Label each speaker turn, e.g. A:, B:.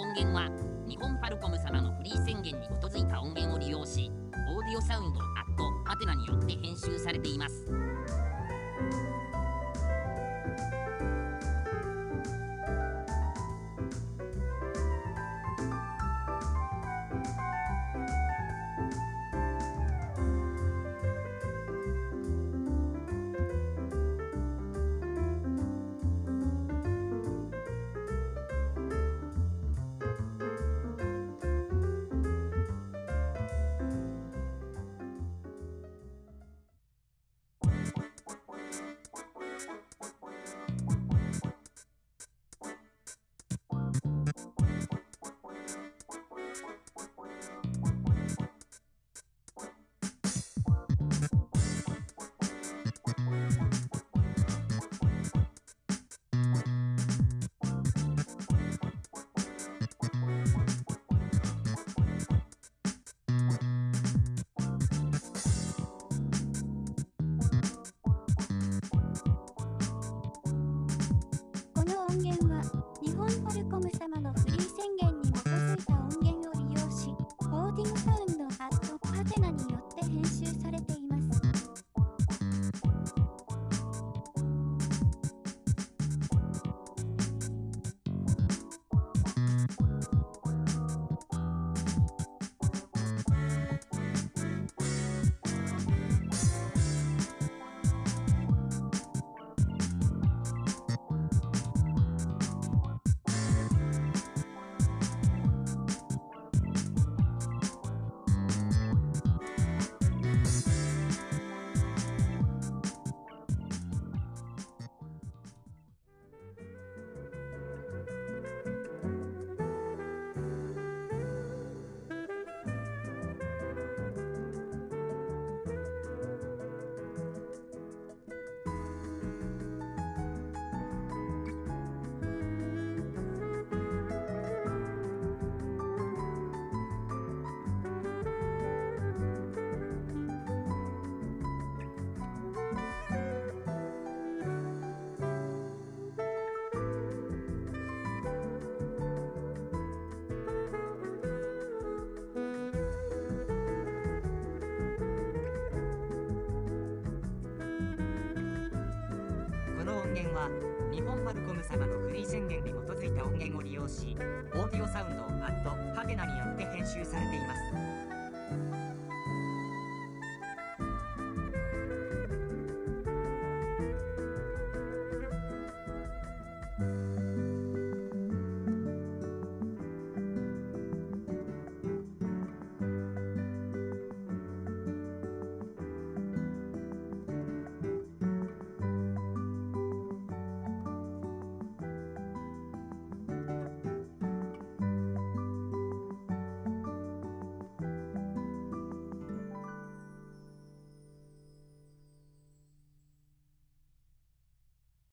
A: 音源は日本ファルコム様のフリー宣言に基づいた音源を利用し、オーディオサウンドハテナによって編集されています。
B: この音源は日本ファルコム様のフリー宣言に基づいた音源を利用し、オーディオサウンドハテナによって編集されています。
A: この音源は日本ファルコム様のフリー宣言に基づいた音源を利用し、オーディオサウンドハテナによって編集されています。